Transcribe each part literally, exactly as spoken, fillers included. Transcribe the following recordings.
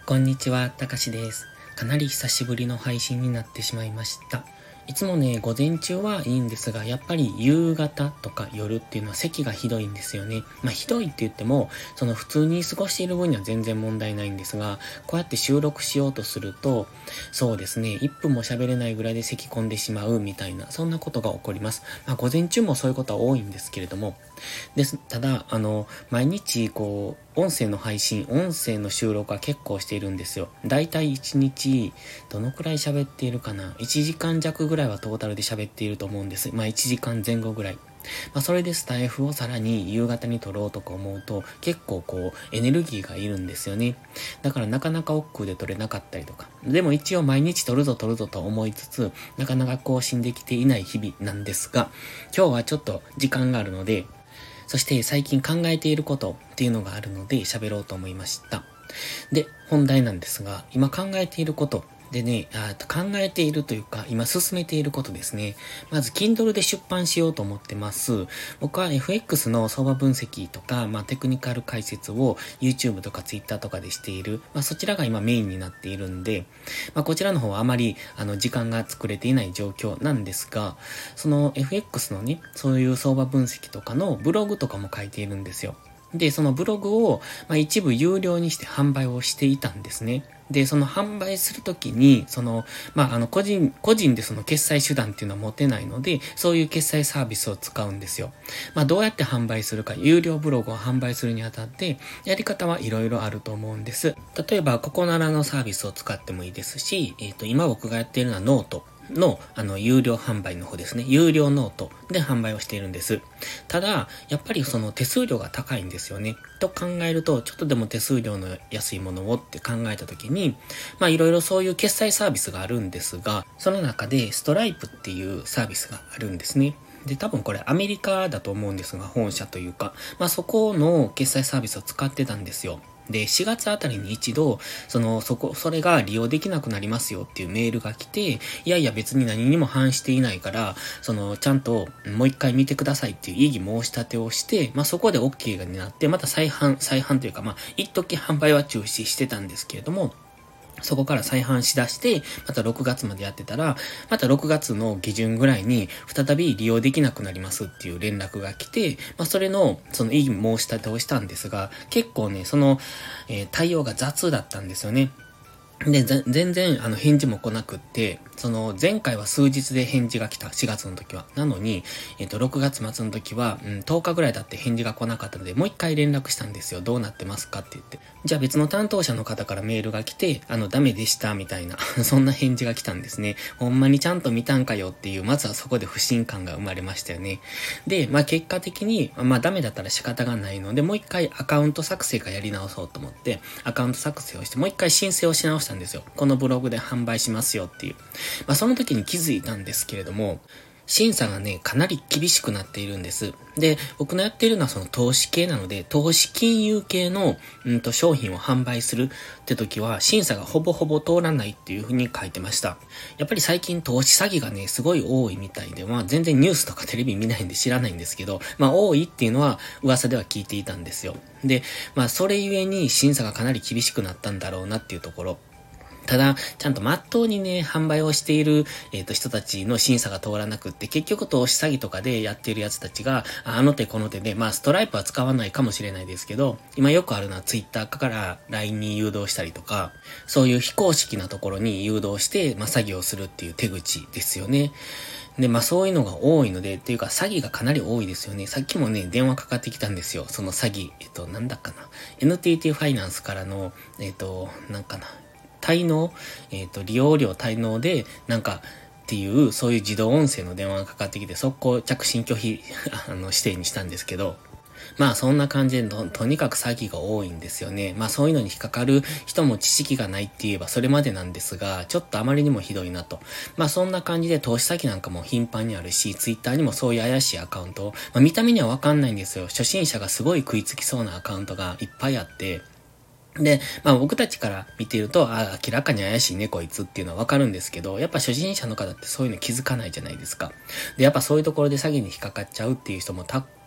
こんにちは、たかしです。かなり久しぶりの配信になってしまいました。いつもね、午前中はいいんですが、やっぱり夕方とか夜っていうのは咳がひどいんですよね。まあひどいって言っても、その普通に過ごしている分には全然問題ないんですが、こうやって収録しようとすると、そうですね、いっぷんも喋れないぐらいで咳込んでしまうみたいな、そんなことが起こります。まあ午前中もそういうことは多いんですけれども、です。ただ、あの、毎日こう、音声の配信、音声の収録は結構しているんですよ。だいたいいちにち、どのくらい喋っているかな ?いち 時間弱ぐらいはトータルで喋っていると思うんです。まあいちじかんぜん後ぐらい。まあそれでスタイフをさらに夕方に撮ろうとか思うと、結構こう、エネルギーがいるんですよね。だからなかなか億劫で撮れなかったりとか。でも一応毎日撮るぞ撮るぞと思いつつ、なかなか更新できていない日々なんですが、今日はちょっと時間があるので、そして最近考えていることっていうのがあるので喋ろうと思いました。で、本題なんですが、今考えていることでね、あ考えているというか、今進めていることですね。まず、Kindle で出版しようと思ってます。僕は エフエックス の相場分析とか、まあ、テクニカル解説を YouTube とか Twitter とかでしている。まあ、そちらが今メインになっているんで、まあ、こちらの方はあまり、あの、時間が作れていない状況なんですが、その エフエックス のね、そういう相場分析とかのブログとかも書いているんですよ。で、そのブログを、まあ、一部有料にして販売をしていたんですね。で、その販売するときに、その、まあ、あの、個人、個人でその決済手段っていうのは持てないので、そういう決済サービスを使うんですよ。まあ、どうやって販売するか、有料ブログを販売するにあたって、やり方はいろいろあると思うんです。例えば、ココナラのサービスを使ってもいいですし、えっと、今僕がやっているのはノート。の、あの、有料販売の方ですね。有料ノートで販売をしているんです。ただ、やっぱりその手数料が高いんですよね。と考えると、ちょっとでも手数料の安いものをって考えたときに、まあいろいろそういう決済サービスがあるんですが、その中でストライプっていうサービスがあるんですね。で、多分これアメリカだと思うんですが、本社というか、まあそこの決済サービスを使ってたんですよ。で、しがつあたりに一度、その、そこ、それが利用できなくなりますよっていうメールが来て、いやいや別に何にも反していないから、その、ちゃんともう一回見てくださいっていう異議申し立てをして、まあ、そこで OK になって、また再販、再販というか、まあ、一時販売は中止してたんですけれども、そこから再販しだして、またろくがつまでやってたら、またろくがつの下旬ぐらいに再び利用できなくなりますっていう連絡が来て、まあそれの、その異議申し立てをしたんですが、結構ね、その、えー、対応が雑だったんですよね。で、全然、あの、返事も来なくって、その、前回は数日で返事が来た、しがつの時は。なのに、えっと、ろくがつ末の時は、うん、とおかぐらい経って返事が来なかったので、もう一回連絡したんですよ。どうなってますかって言って。じゃあ別の担当者の方からメールが来て、あの、ダメでした、みたいな、そんな返事が来たんですね。ほんまにちゃんと見たんかよっていう、まずはそこで不信感が生まれましたよね。で、まあ結果的に、まあダメだったら仕方がないので、もう一回アカウント作成がやり直そうと思って、アカウント作成をして、もう一回申請をし直したんですよ。このブログで販売しますよっていう。まあ、その時に気づいたんですけれども、審査がね、かなり厳しくなっているんです。で、僕のやっているのはその投資系なので、投資金融系の、うんと、商品を販売するって時は、審査がほぼほぼ通らないっていう風に書いてました。やっぱり最近投資詐欺がね、すごい多いみたいで、まあ全然ニュースとかテレビ見ないんで知らないんですけど、まあ多いっていうのは噂では聞いていたんですよ。で、まあそれゆえに審査がかなり厳しくなったんだろうなっていうところ。ただ、ちゃんと真っ当にね、販売をしている、えっと、人たちの審査が通らなくって、結局投資詐欺とかでやっているやつたちが、あの手この手で、まあ、ストライプは使わないかもしれないですけど、今よくあるのはツイッターから ライン に誘導したりとか、そういう非公式なところに誘導して、まあ、詐欺をするっていう手口ですよね。で、まあそういうのが多いので、っていうか詐欺がかなり多いですよね。さっきもね、電話かかってきたんですよ。その詐欺。えっと、なんだかな。エヌティーティー ファイナンスからの、えっと、なんかな。滞納えっと、利用料滞納で、なんか、っていう、そういう自動音声の電話がかかってきて、速攻着信拒否、あの、指定にしたんですけど、まあそんな感じでと、とにかく詐欺が多いんですよね。まあそういうのに引っかかる人も知識がないって言えばそれまでなんですが、ちょっとあまりにもひどいなと。まあそんな感じで投資詐欺なんかも頻繁にあるし、ツイッターにもそういう怪しいアカウント、まあ見た目にはわかんないんですよ。初心者がすごい食いつきそうなアカウントがいっぱいあって、で、まあ僕たちから見てると、ああ、明らかに怪しいね、こいつっていうのはわかるんですけど、やっぱ初心者の方ってそういうの気づかないじゃないですか。で、やっぱそういうところで詐欺に引っかかっちゃうっていう人もた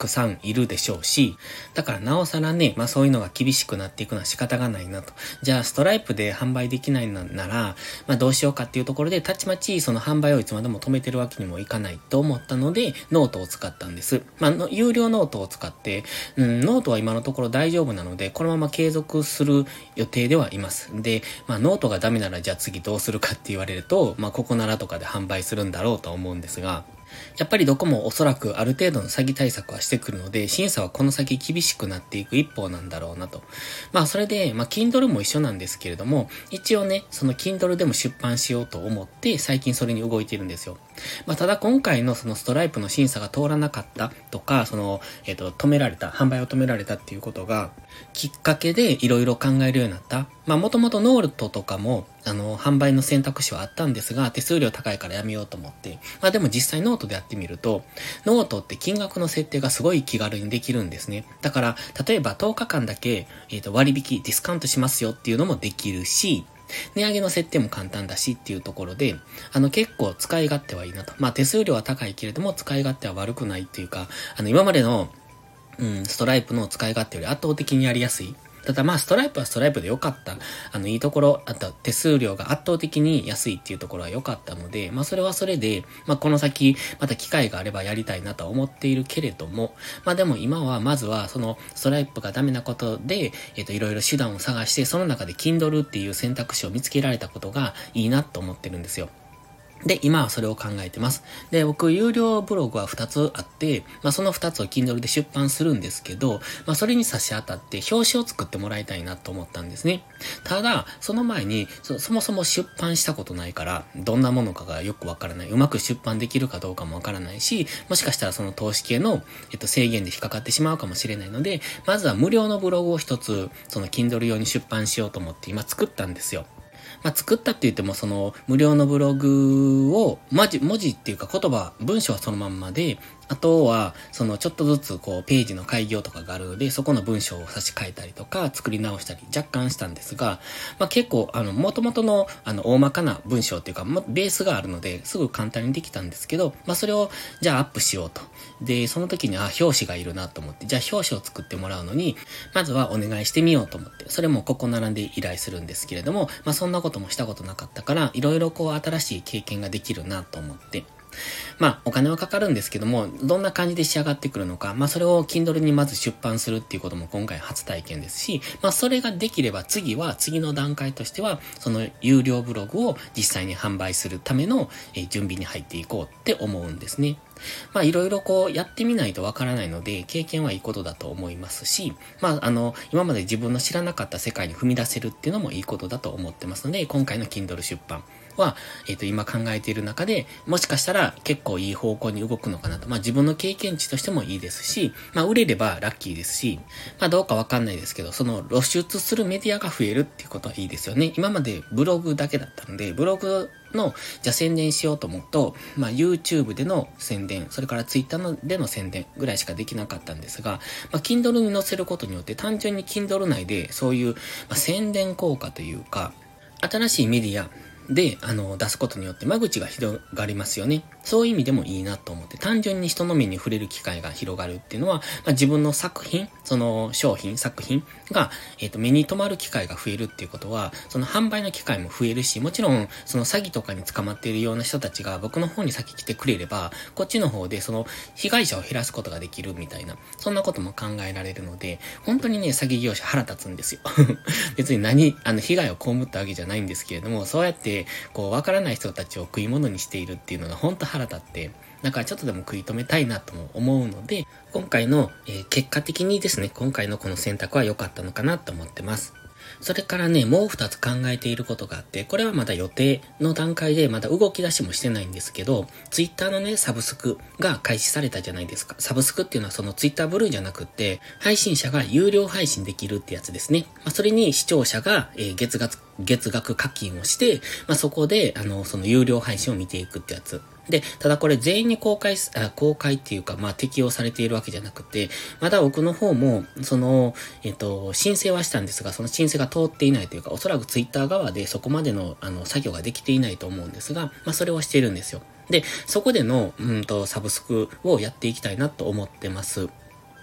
くさんいるでしょうし、だからなおさらね、まあそういうのが厳しくなっていくのは仕方がないなと。じゃあストライプで販売できないのなら、まあどうしようかっていうところで、たちまちその販売をいつまでも止めてるわけにもいかないと思ったので、ノートを使ったんです。まあ、有料ノートを使って、うん、ノートは今のところ大丈夫なので、このまま継続する予定ではいます。で、まあノートがダメならじゃあ次どうするかって言われると、まあここならとかで販売するんだろうとは思うんですが、やっぱりどこもおそらくある程度の詐欺対策はしてくるので、審査はこの先厳しくなっていく一方なんだろうなと。まあそれで、まあ Kindle も一緒なんですけれども、一応ね、その Kindle でも出版しようと思って、最近それに動いてるんですよ。まあただ今回のそのストライプの審査が通らなかったとか、その、えっと、止められた、販売を止められたっていうことが、きっかけでいろいろ考えるようになった。まあもともとノートとかも、あの、販売の選択肢はあったんですが、手数料高いからやめようと思って。まあでも実際ノートでやってみると、ノートって金額の設定がすごい気軽にできるんですね。だから、例えばとおかかんだけ、えっと、割引、ディスカウントしますよっていうのもできるし、値上げの設定も簡単だしっていうところで、あの結構使い勝手はいいなと。まあ手数料は高いけれども使い勝手は悪くないっていうか、あの今までの、うん、ストライプの使い勝手より圧倒的にやりやすい。ただまあストライプはストライプで良かった。あのいいところ、あと手数料が圧倒的に安いっていうところは良かったので、まあそれはそれで、まあこの先また機会があればやりたいなとは思っているけれども、まあでも今はまずはそのストライプがダメなことで、えっといろいろ手段を探して、その中で Kindle っていう選択肢を見つけられたことがいいなと思ってるんですよ。で、今はそれを考えてます。で、僕、有料ブログはふたつあって、まあ、そのふたつを Kindle で出版するんですけど、まあ、それに差し当たって表紙を作ってもらいたいなと思ったんですね。ただ、その前に、そ、そもそも出版したことないから、どんなものかがよくわからない。うまく出版できるかどうかもわからないし、もしかしたらその投資系の、えっと、制限で引っかかってしまうかもしれないので、まずは無料のブログを一つ、その Kindle 用に出版しようと思って今作ったんですよ。まあ、作ったって言ってもその無料のブログを文字、文字っていうか言葉、文章はそのまんまで、あとはそのちょっとずつこうページの改行とかがあるので、そこの文章を差し替えたりとか作り直したり若干したんですが、まあ、結構あの元々のあの大まかな文章っていうか、ま、ベースがあるのですぐ簡単にできたんですけど、まあ、それをじゃあアップしようと。で、その時にあ、表紙がいるなと思って、じゃあ表紙を作ってもらうのに、まずはお願いしてみようと思って、それもここ並んで依頼するんですけれども、まあ、そんなこともしたことなかったから、いろいろこう新しい経験ができるなと思って、まあ、お金はかかるんですけども、どんな感じで仕上がってくるのか、まあ、それを Kindle にまず出版するっていうことも今回初体験ですし、まあ、それができれば次は、次の段階としては、その有料ブログを実際に販売するための、えー、準備に入っていこうって思うんですね。まあいろいろこうやってみないとわからないので、経験はいいことだと思いますし、まああの、今まで自分の知らなかった世界に踏み出せるっていうのもいいことだと思ってますので、今回の Kindle 出版は、えっと、今考えている中で、もしかしたら結構いい方向に動くのかなと。まあ自分の経験値としてもいいですし、まあ売れればラッキーですし、まあどうかわかんないですけど、その露出するメディアが増えるっていうことはいいですよね。今までブログだけだったので、ブログの、じゃあ宣伝しようと思うと、まあ YouTube での宣伝、それから Twitter のでの宣伝ぐらいしかできなかったんですが、まあ Kindle に載せることによって単純に Kindle 内でそういう、まあ、宣伝効果というか、新しいメディアで、あの、出すことによって間口が広がりますよね。そういう意味でもいいなと思って、単純に人の目に触れる機会が広がるっていうのは、まあ、自分の作品、その商品、作品が、えっと、目に留まる機会が増えるっていうことは、その販売の機会も増えるし、もちろん、その詐欺とかに捕まっているような人たちが僕の方に先来てくれれば、こっちの方でその被害者を減らすことができるみたいな、そんなことも考えられるので、本当にね、詐欺業者腹立つんですよ。別に何、あの、被害を被ったわけじゃないんですけれども、そうやって、こう、わからない人たちを食い物にしているっていうのが本当腹立って、だからちょっとでも食い止めたいなとも思うので、今回の、えー、結果的にですね、今回のこの選択は良かったのかなと思ってます。それからね、もう二つ考えていることがあって、これはまだ予定の段階でまだ動き出しもしてないんですけど、ツイッターのね、サブスクが開始されたじゃないですか。サブスクっていうのはそのツイッターブルーじゃなくって、配信者が有料配信できるってやつですね。まあ、それに視聴者が、えー、月額、月額課金をして、まあ、そこで、あの、その有料配信を見ていくってやつ。で、ただこれ全員に公開す、あ、公開っていうか、まあ適用されているわけじゃなくて、まだ僕の方も、その、えっと、申請はしたんですが、その申請が通っていないというか、おそらくツイッター側でそこまでの、あの、作業ができていないと思うんですが、まあそれをしているんですよ。で、そこでの、うんと、サブスクをやっていきたいなと思ってます。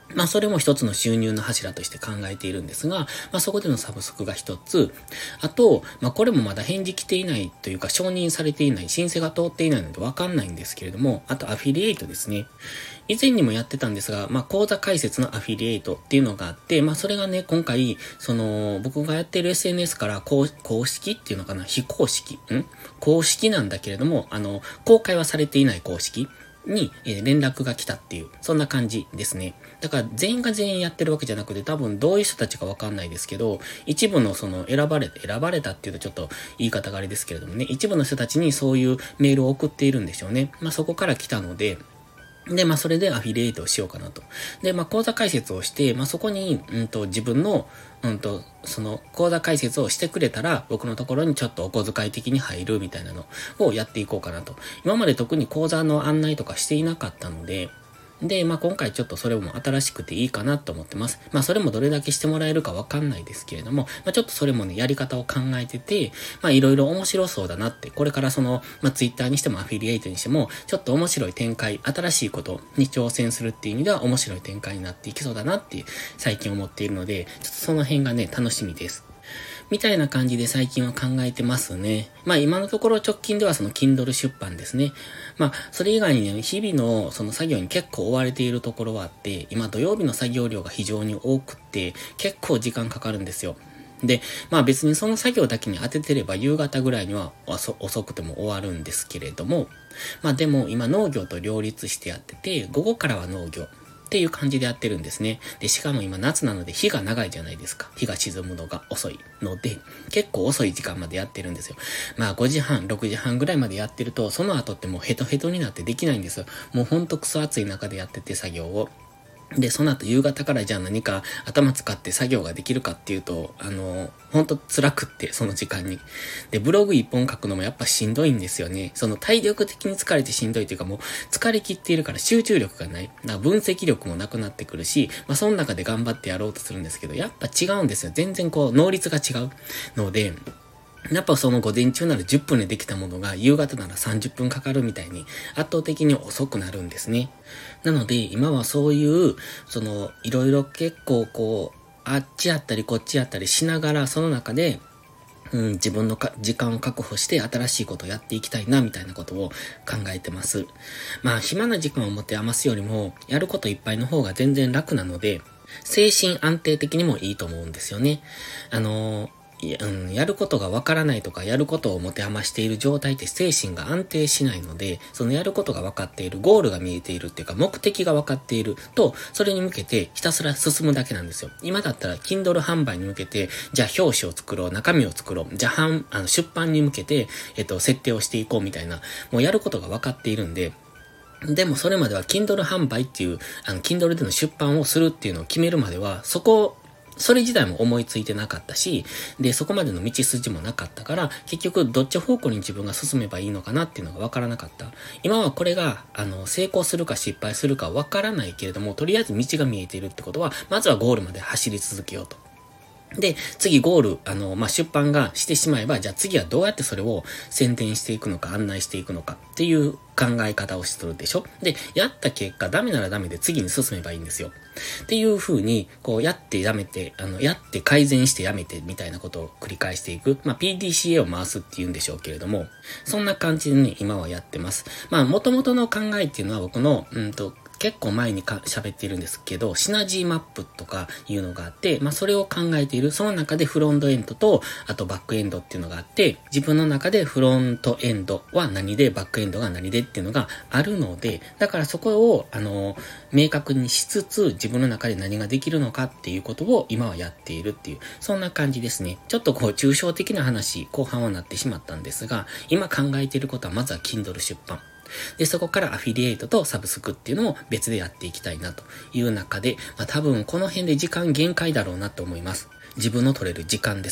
まあそれも一つの収入の柱として考えているんですが、まあそこでのサブスクが一つ、あと、まあこれもまだ返事来ていないというか承認されていない、申請が通っていないのでわかんないんですけれども、あとアフィリエイトですね。以前にもやってたんですが、まあ講座解説のアフィリエイトっていうのがあって、まあそれがね、今回、その僕がやっている エスエヌエス から公公式っていうのかな、非公式、ん公式なんだけれども、あの、公開はされていない公式に、えー、連絡が来たっていう、そんな感じですね。だから全員が全員やってるわけじゃなくて、多分どういう人たちかわかんないですけど、一部のその選ばれ、選ばれたっていうとちょっと言い方があれですけれどもね、一部の人たちにそういうメールを送っているんでしょうね。まあそこから来たので、で、まあ、それでアフィリエイトをしようかなと。で、まあ、講座解説をして、まあ、そこに、うんと、自分の、うんと、その、講座解説をしてくれたら、僕のところにちょっとお小遣い的に入るみたいなのをやっていこうかなと。今まで特に講座の案内とかしていなかったので、で、まあ、今回ちょっとそれも新しくていいかなと思ってます。まあ、それもどれだけしてもらえるかわかんないですけれども、まあ、ちょっとそれもね、やり方を考えてて、まあ、いろいろ面白そうだなって、これからその、まあ、ツイッターにしてもアフィリエイトにしても、ちょっと面白い展開、新しいことに挑戦するっていう意味では面白い展開になっていきそうだなって最近思っているので、ちょっとその辺がね、楽しみです。みたいな感じで最近は考えてますね。まあ今のところ直近ではその Kindle 出版ですね。まあそれ以外にね、日々のその作業に結構追われているところはあって、今土曜日の作業量が非常に多くって結構時間かかるんですよ。で、まあ別にその作業だけに当ててれば夕方ぐらいには遅くても終わるんですけれども、まあでも今農業と両立してやってて、午後からは農業。っていう感じでやってるんですね。で、しかも今夏なので日が長いじゃないですか。日が沈むのが遅いので、結構遅い時間までやってるんですよ。まあごじはん、ろくじはんぐらいまでやってると、その後ってもうヘトヘトになってできないんですよ。もうほんとクソ暑い中でやってて作業を。で、その後夕方からじゃあ何か頭使って作業ができるかっていうと、あの、ほんと辛くって、その時間に。で、ブログ一本書くのもやっぱしんどいんですよね。その体力的に疲れてしんどいというかもう疲れ切っているから集中力がない。だから分析力もなくなってくるし、まあその中で頑張ってやろうとするんですけど、やっぱ違うんですよ。全然こう、能率が違うので、やっぱその午前中ならじゅっぷんでできたものが夕方ならさんじゅっぷんかかるみたいに圧倒的に遅くなるんですね。なので今はそういう、そのいろいろ結構こう、あっちやったりこっちやったりしながらその中で、うん、自分のか時間を確保して新しいことをやっていきたいなみたいなことを考えてます。まあ暇な時間を持って余すよりもやることいっぱいの方が全然楽なので、精神安定的にもいいと思うんですよね。あのーや、うん、やることがわからないとか、やることを持て余している状態って精神が安定しないので、そのやることが分かっている、ゴールが見えているっていうか、目的が分かっていると、それに向けてひたすら進むだけなんですよ。今だったら、Kindle 販売に向けて、じゃあ表紙を作ろう、中身を作ろう、じゃあ販あの出版に向けて、えっと、設定をしていこうみたいな、もうやることが分かっているんで、でもそれまでは Kindle 販売っていう、あの、Kindle での出版をするっていうのを決めるまでは、そこ、それ自体も思いついてなかったし、で、そこまでの道筋もなかったから、結局どっち方向に自分が進めばいいのかなっていうのがわからなかった。今はこれが、あの、成功するか失敗するかわからないけれども、とりあえず道が見えているってことは、まずはゴールまで走り続けようと。で、次ゴール、あの、まあ、出版がしてしまえば、じゃあ次はどうやってそれを宣伝していくのか、案内していくのかっていう考え方をするでしょ。で、やった結果、ダメならダメで次に進めばいいんですよ。っていう風に、こう、やってやめて、あの、やって改善してやめてみたいなことを繰り返していく。まあ、ピーディーシーエー を回すっていうんでしょうけれども、そんな感じでね、今はやってます。まあ、元々の考えっていうのは僕の、うんと、結構前にか喋っているんですけど、シナジーマップとかいうのがあって、まあそれを考えている。その中でフロントエンドと、あとバックエンドっていうのがあって、自分の中でフロントエンドは何で、バックエンドが何でっていうのがあるので、だからそこを、あの、明確にしつつ、自分の中で何ができるのかっていうことを今はやっているっていう、そんな感じですね。ちょっとこう、抽象的な話、後半はなってしまったんですが、今考えていることはまずは Kindle 出版。で、そこからアフィリエイトとサブスクっていうのを別でやっていきたいなという中で、まあ多分この辺で時間限界だろうなと思います。自分の取れる時間ですね。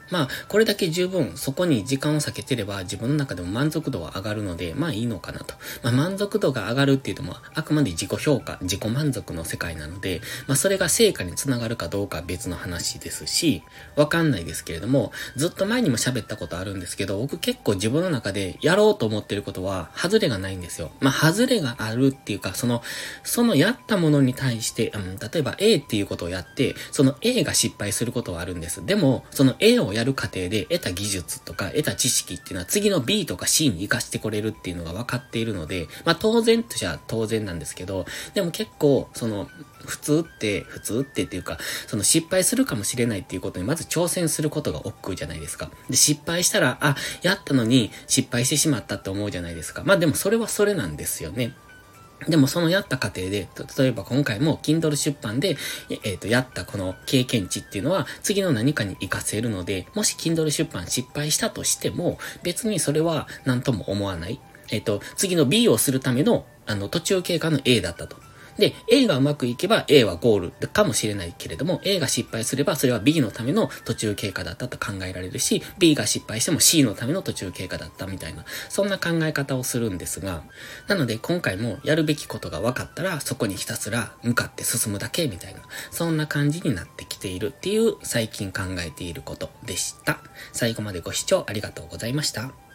まあ、これだけ十分そこに時間を割けてれば自分の中でも満足度は上がるので、まあいいのかなと。まあ満足度が上がるっていうのもあくまで自己評価、自己満足の世界なので、まあそれが成果につながるかどうかは別の話ですし、わかんないですけれども、ずっと前にも喋ったことあるんですけど、僕結構自分の中でやろうと思ってることは、外れがないんですよ。まあ外れがあるっていうか、その、そのやったものに対して、うん、例えば A っていうことをやって、その A が失敗することはあるんです。でも、その A をやる過程で得た技術とか得た知識っていうのは次の B とか C に活かしてこれるっていうのが分かっているので、まあ当然としては当然なんですけど、でも結構、その、普通って、普通ってっていうか、その失敗するかもしれないっていうことにまず挑戦することが億劫じゃないですか。で、失敗したら、あ、やったのに失敗してしまったって思うじゃないですか。まあでもそれはそれなんですよね。でもそのやった過程で、例えば今回も Kindle 出版で、えっと、やったこの経験値っていうのは次の何かに活かせるので、もし Kindle 出版失敗したとしても、別にそれは何とも思わない。えっと、次の B をするための、あの、途中経過の A だったと。で、A がうまくいけば A はゴールかもしれないけれども、A が失敗すればそれは B のための途中経過だったと考えられるし、B が失敗しても C のための途中経過だったみたいな、そんな考え方をするんですが、なので今回もやるべきことが分かったら、そこにひたすら向かって進むだけみたいな、そんな感じになってきているっていう最近考えていることでした。最後までご視聴ありがとうございました。